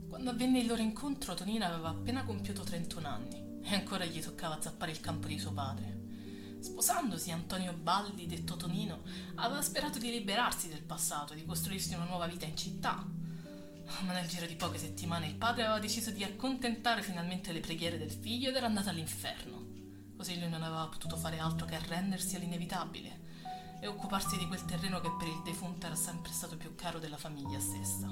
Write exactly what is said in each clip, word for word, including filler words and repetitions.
Quando avvenne il loro incontro, Tonino aveva appena compiuto trentuno anni e ancora gli toccava zappare il campo di suo padre. Sposandosi, Antonio Baldi, detto Tonino, aveva sperato di liberarsi del passato e di costruirsi una nuova vita in città. Ma nel giro di poche settimane il padre aveva deciso di accontentare finalmente le preghiere del figlio ed era andato all'inferno. Così lui non aveva potuto fare altro che arrendersi all'inevitabile e occuparsi di quel terreno che per il defunto era sempre stato più caro della famiglia stessa.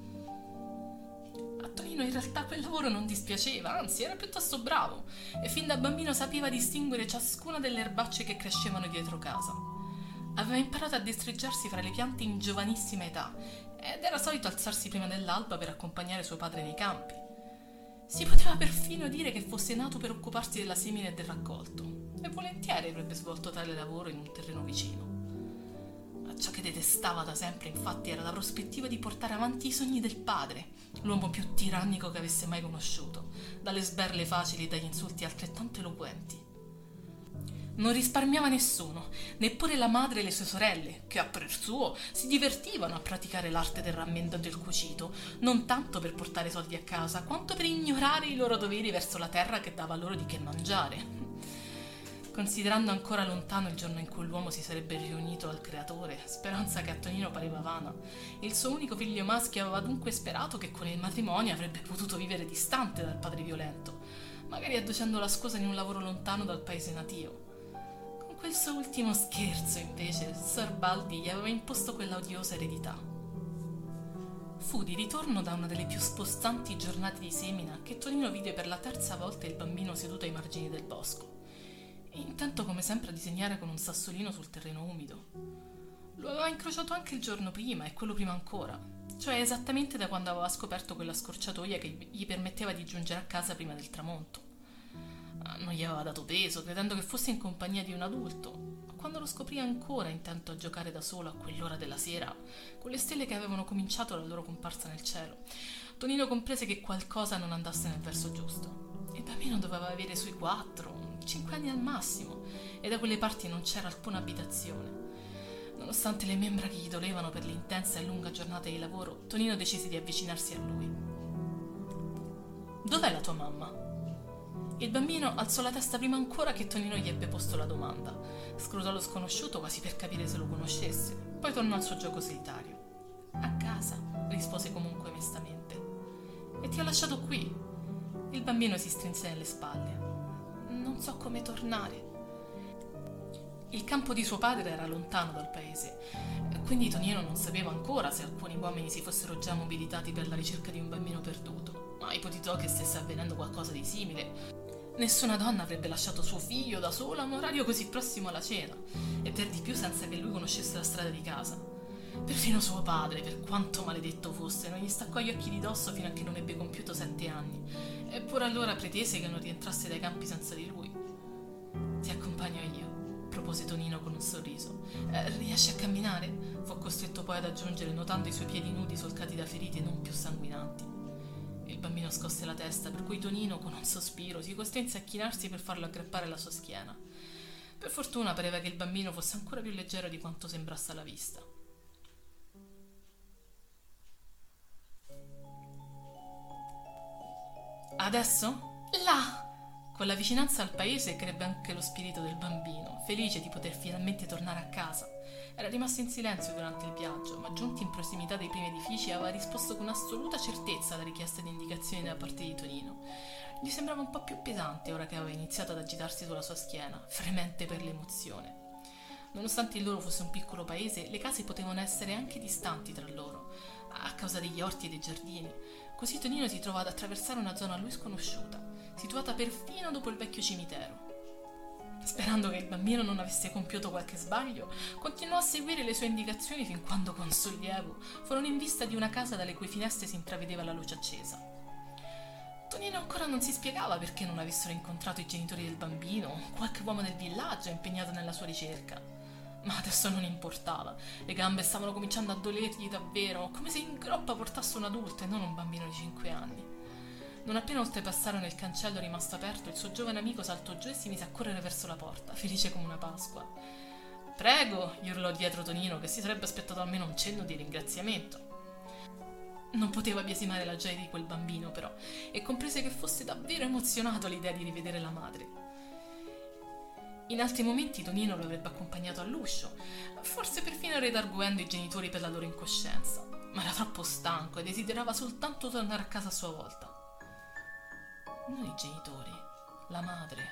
A Tonino in realtà quel lavoro non dispiaceva, anzi era piuttosto bravo e fin da bambino sapeva distinguere ciascuna delle erbacce che crescevano dietro casa. Aveva imparato a destreggiarsi fra le piante in giovanissima età ed era solito alzarsi prima dell'alba per accompagnare suo padre nei campi. Si poteva perfino dire che fosse nato per occuparsi della semina e del raccolto e volentieri avrebbe svolto tale lavoro in un terreno vicino. Ciò che detestava da sempre, infatti, era la prospettiva di portare avanti i sogni del padre, l'uomo più tirannico che avesse mai conosciuto, dalle sberle facili e dagli insulti altrettanto eloquenti. Non risparmiava nessuno, neppure la madre e le sue sorelle, che a parer suo si divertivano a praticare l'arte del rammendo e del cucito, non tanto per portare soldi a casa, quanto per ignorare i loro doveri verso la terra che dava loro di che mangiare. Considerando ancora lontano il giorno in cui l'uomo si sarebbe riunito al creatore, speranza che a Tonino pareva vana, il suo unico figlio maschio aveva dunque sperato che con il matrimonio avrebbe potuto vivere distante dal padre violento, magari adducendo la scusa di un lavoro lontano dal paese natio. Con quel suo ultimo scherzo, invece, Sir Baldi gli aveva imposto quella odiosa eredità. Fu di ritorno da una delle più spostanti giornate di semina che Tonino vide per la terza volta il bambino seduto ai margini del bosco, intento come sempre a disegnare con un sassolino sul terreno umido. Lo aveva incrociato anche il giorno prima e quello prima ancora, cioè esattamente da quando aveva scoperto quella scorciatoia che gli permetteva di giungere a casa prima del tramonto. Non gli aveva dato peso, credendo che fosse in compagnia di un adulto, ma quando lo scoprì ancora intento a giocare da solo a quell'ora della sera, con le stelle che avevano cominciato la loro comparsa nel cielo, Tonino comprese che qualcosa non andasse nel verso giusto. Il bambino doveva avere sui quattro, cinque anni al massimo, e da quelle parti non c'era alcuna abitazione. Nonostante le membra che gli dolevano per l'intensa e lunga giornata di lavoro, Tonino decise di avvicinarsi a lui. «Dov'è la tua mamma?» Il bambino alzò la testa prima ancora che Tonino gli ebbe posto la domanda. Scrutò lo sconosciuto quasi per capire se lo conoscesse, poi tornò al suo gioco solitario. «A casa», rispose comunque mestamente. «E ti ho lasciato qui». Il bambino si strinse nelle spalle. «Non so come tornare». Il campo di suo padre era lontano dal paese, quindi Tonino non sapeva ancora se alcuni uomini si fossero già mobilitati per la ricerca di un bambino perduto, ma ipotizzò che stesse avvenendo qualcosa di simile. Nessuna donna avrebbe lasciato suo figlio da sola a un orario così prossimo alla cena, e per di più senza che lui conoscesse la strada di casa. Perfino suo padre, per quanto maledetto fosse, non gli staccò gli occhi di dosso fino a che non ebbe compiuto sette anni, eppure allora pretese che non rientrasse dai campi senza di lui. «Ti accompagno io», propose Tonino con un sorriso. Eh, «Riesci a camminare?» Fu costretto poi ad aggiungere, notando i suoi piedi nudi solcati da ferite non più sanguinanti. Il bambino scosse la testa, per cui Tonino, con un sospiro, si costrinse a chinarsi per farlo aggrappare alla sua schiena. Per fortuna pareva che il bambino fosse ancora più leggero di quanto sembrasse alla vista. «Adesso? Là!» Con la vicinanza al paese crebbe anche lo spirito del bambino, felice di poter finalmente tornare a casa. Era rimasto in silenzio durante il viaggio, ma giunti in prossimità dei primi edifici aveva risposto con assoluta certezza alla richiesta di indicazioni da parte di Tonino. Gli sembrava un po' più pesante ora che aveva iniziato ad agitarsi sulla sua schiena, fremente per l'emozione. Nonostante il loro fosse un piccolo paese, le case potevano essere anche distanti tra loro, a causa degli orti e dei giardini. Così Tonino si trovò ad attraversare una zona a lui sconosciuta, situata perfino dopo il vecchio cimitero. Sperando che il bambino non avesse compiuto qualche sbaglio, continuò a seguire le sue indicazioni fin quando, con sollievo, furono in vista di una casa dalle cui finestre si intravedeva la luce accesa. Tonino ancora non si spiegava perché non avessero incontrato i genitori del bambino o qualche uomo del villaggio impegnato nella sua ricerca. Ma adesso non importava, le gambe stavano cominciando a dolergli davvero, come se in groppa portasse un adulto e non un bambino di cinque anni. Non appena oltrepassarono il cancello rimasto aperto, il suo giovane amico saltò giù e si mise a correre verso la porta, felice come una Pasqua. «Prego!» gli urlò dietro Tonino, che si sarebbe aspettato almeno un cenno di ringraziamento. Non poteva biasimare la gioia di quel bambino, però, e comprese che fosse davvero emozionato all'idea di rivedere la madre. In altri momenti Tonino lo avrebbe accompagnato all'uscio, forse perfino redarguendo i genitori per la loro incoscienza, ma era troppo stanco e desiderava soltanto tornare a casa a sua volta. Non i genitori, la madre.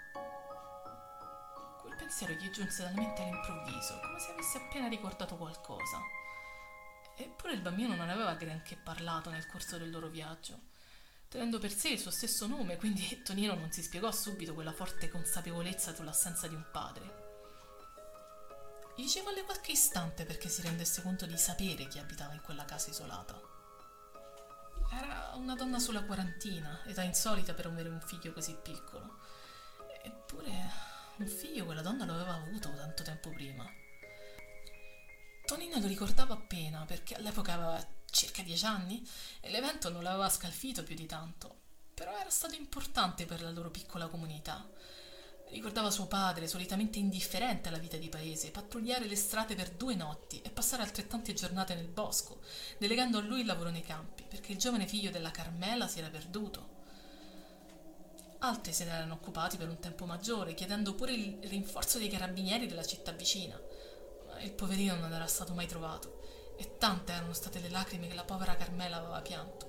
Quel pensiero gli giunse dalla mente all'improvviso, come se avesse appena ricordato qualcosa. Eppure il bambino non aveva granché parlato nel corso del loro viaggio, tenendo per sé il suo stesso nome, quindi Tonino non si spiegò subito quella forte consapevolezza sull'assenza di un padre. Gli ci volle qualche istante perché si rendesse conto di sapere chi abitava in quella casa isolata. Era una donna sulla quarantina, età insolita per avere un figlio così piccolo. Eppure un figlio quella donna lo aveva avuto tanto tempo prima. Tonino lo ricordava appena perché all'epoca aveva circa dieci anni e l'evento non l'aveva scalfito più di tanto, però era stato importante per la loro piccola comunità. Ricordava suo padre, solitamente indifferente alla vita di paese, pattugliare le strade per due notti e passare altrettante giornate nel bosco, delegando a lui il lavoro nei campi, perché il giovane figlio della Carmela si era perduto. Altri se ne erano occupati per un tempo maggiore, chiedendo pure il rinforzo dei carabinieri della città vicina. Ma il poverino non era stato mai trovato, e tante erano state le lacrime che la povera Carmela aveva pianto.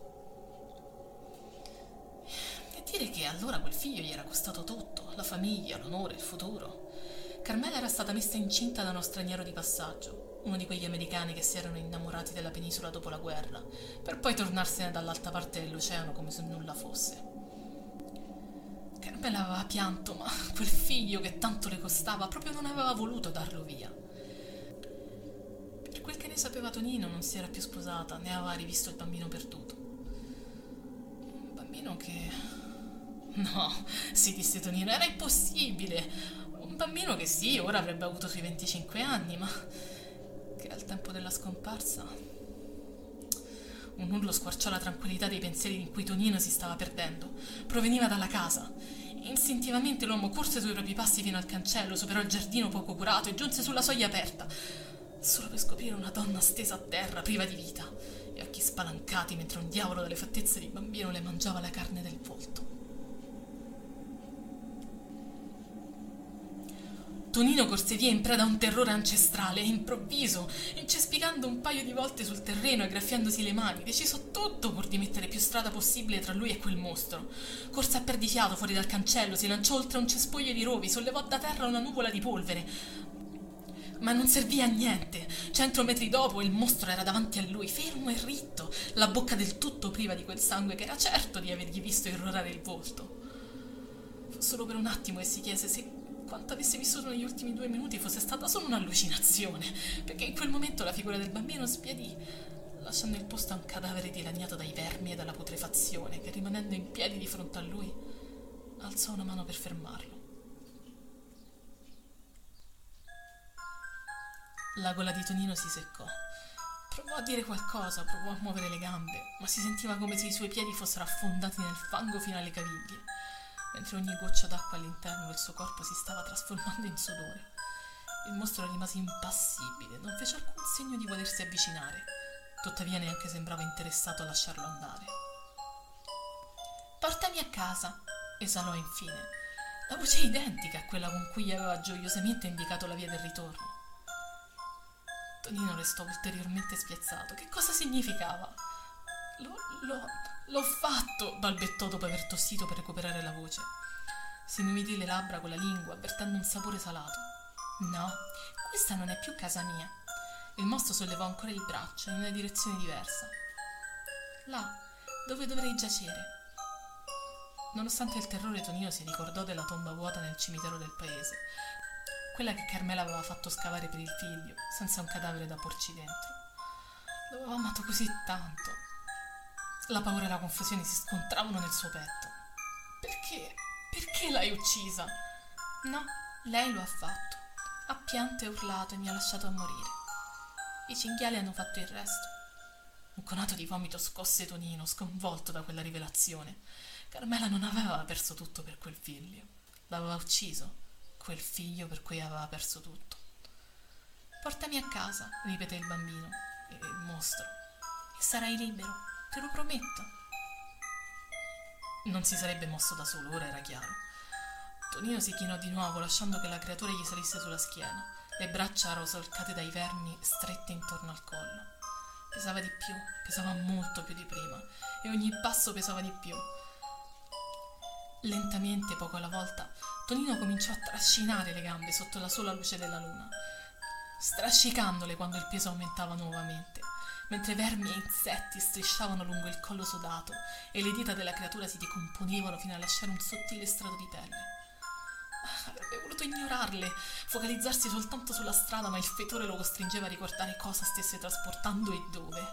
E dire che allora quel figlio gli era costato tutto, la famiglia, l'onore, il futuro. Carmela era stata messa incinta da uno straniero di passaggio, uno di quegli americani che si erano innamorati della penisola dopo la guerra, per poi tornarsene dall'altra parte dell'oceano come se nulla fosse. Carmela aveva pianto, ma quel figlio che tanto le costava proprio non aveva voluto darlo via. Per quel che ne sapeva Tonino non si era più sposata, né aveva rivisto il bambino perduto. Un bambino che... No, si disse Tonino, era impossibile. Un bambino che sì, ora avrebbe avuto sui venticinque anni, ma che al tempo della scomparsa... Un urlo squarciò la tranquillità dei pensieri in cui Tonino si stava perdendo. Proveniva dalla casa. Istintivamente l'uomo corse sui propri passi fino al cancello, superò il giardino poco curato e giunse sulla soglia aperta, solo per scoprire una donna stesa a terra, priva di vita, e occhi spalancati mentre un diavolo dalle fattezze di bambino le mangiava la carne del volto. Tonino corse via in preda a un terrore ancestrale e improvviso, incespicando un paio di volte sul terreno e graffiandosi le mani, deciso tutto pur di mettere più strada possibile tra lui e quel mostro. Corse a perdifiato fuori dal cancello, si lanciò oltre un cespuglio di rovi, sollevò da terra una nuvola di polvere. Ma non servì a niente. Cento metri dopo il mostro era davanti a lui, fermo e ritto, la bocca del tutto priva di quel sangue che era certo di avergli visto irrorare il volto. Fu solo per un attimo che si chiese se quanto avesse vissuto negli ultimi due minuti fosse stata solo un'allucinazione, perché in quel momento la figura del bambino sbiadì, lasciando il posto a un cadavere dilaniato dai vermi e dalla putrefazione, che rimanendo in piedi di fronte a lui alzò una mano per fermarlo. La gola di Tonino si seccò. Provò a dire qualcosa, provò a muovere le gambe, ma si sentiva come se i suoi piedi fossero affondati nel fango fino alle caviglie, mentre ogni goccia d'acqua all'interno del suo corpo si stava trasformando in sudore. Il mostro rimase impassibile, non fece alcun segno di volersi avvicinare, tuttavia neanche sembrava interessato a lasciarlo andare. «Portami a casa», esalò infine, la voce identica a quella con cui gli aveva gioiosamente indicato la via del ritorno. Tonino restò ulteriormente spiazzato. Che cosa significava? L'ho, l'ho, l'ho fatto, balbettò dopo aver tossito per recuperare la voce. Si inumidì le labbra con la lingua, avvertendo un sapore salato. No, questa non è più casa mia. Il mostro sollevò ancora il braccio in una direzione diversa. Là, dove dovrei giacere. Nonostante il terrore, Tonino si ricordò della tomba vuota nel cimitero del paese, quella che Carmela aveva fatto scavare per il figlio, senza un cadavere da porci dentro. Lo aveva amato così tanto. La paura e la confusione si scontravano nel suo petto. Perché? Perché l'hai uccisa? No, lei lo ha fatto. Ha pianto e urlato e mi ha lasciato a morire. I cinghiali hanno fatto il resto. Un conato di vomito scosse Tonino, sconvolto da quella rivelazione. Carmela non aveva perso tutto per quel figlio. L'aveva ucciso. Quel figlio per cui aveva perso tutto. Portami a casa, ripeté il bambino, e il mostro e sarai libero, te lo prometto. Non si sarebbe mosso da solo, ora era chiaro. Tonino si chinò di nuovo, lasciando che la creatura gli salisse sulla schiena, le braccia rosolcate dai vermi strette intorno al collo. Pesava di più, pesava molto più di prima, e ogni passo pesava di più. Lentamente, poco alla volta, Tonino cominciò a trascinare le gambe sotto la sola luce della luna, strascicandole quando il peso aumentava nuovamente, mentre vermi e insetti strisciavano lungo il collo sodato e le dita della creatura si decomponevano fino a lasciare un sottile strato di pelle. Avrebbe voluto ignorarle, focalizzarsi soltanto sulla strada, ma il fetore lo costringeva a ricordare cosa stesse trasportando e dove.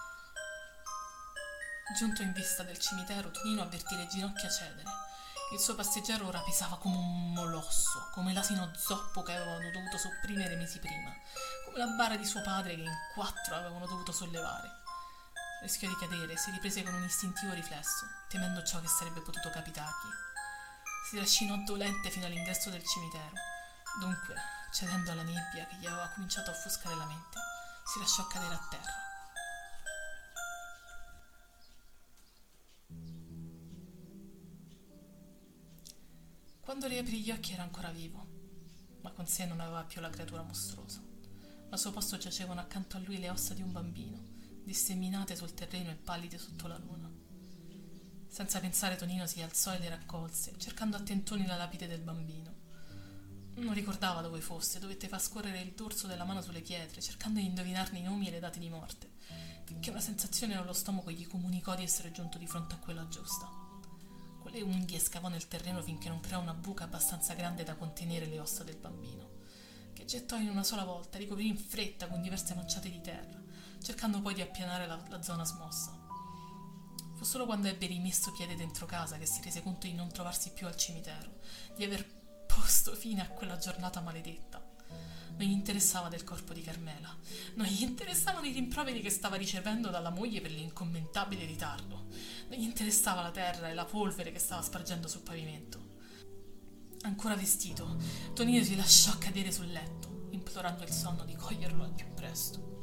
Giunto in vista del cimitero, Tonino avvertì le ginocchia cedere. Il suo passeggero ora pesava come un molosso, come l'asino zoppo che avevano dovuto sopprimere mesi prima, come la bara di suo padre che in quattro avevano dovuto sollevare. Rischiò di cadere e si riprese con un istintivo riflesso, temendo ciò che sarebbe potuto capitargli. Si trascinò dolente fino all'ingresso del cimitero. Dunque, cedendo alla nebbia che gli aveva cominciato a offuscare la mente, si lasciò cadere a terra. Quando riaprì gli occhi era ancora vivo, ma con sé non aveva più la creatura mostruosa. Al suo posto giacevano accanto a lui le ossa di un bambino, disseminate sul terreno e pallide sotto la luna. Senza pensare, Tonino si alzò e le raccolse, cercando a tentoni la lapide del bambino. Non ricordava dove fosse, dovette far scorrere il dorso della mano sulle pietre, cercando di indovinarne i nomi e le date di morte, finché una sensazione nello stomaco gli comunicò di essere giunto di fronte a quella giusta. Con le unghie scavò nel terreno finché non creò una buca abbastanza grande da contenere le ossa del bambino, che gettò in una sola volta e ricoprì in fretta con diverse manciate di terra, cercando poi di appianare la, la zona smossa. Fu solo quando ebbe rimesso piede dentro casa che si rese conto di non trovarsi più al cimitero, di aver posto fine a quella giornata maledetta. Non gli interessava del corpo di Carmela, non gli interessavano i rimproveri che stava ricevendo dalla moglie per l'incommentabile ritardo, non gli interessava la terra e la polvere che stava spargendo sul pavimento. Ancora vestito, Tonino si lasciò cadere sul letto, implorando il sonno di coglierlo al più presto.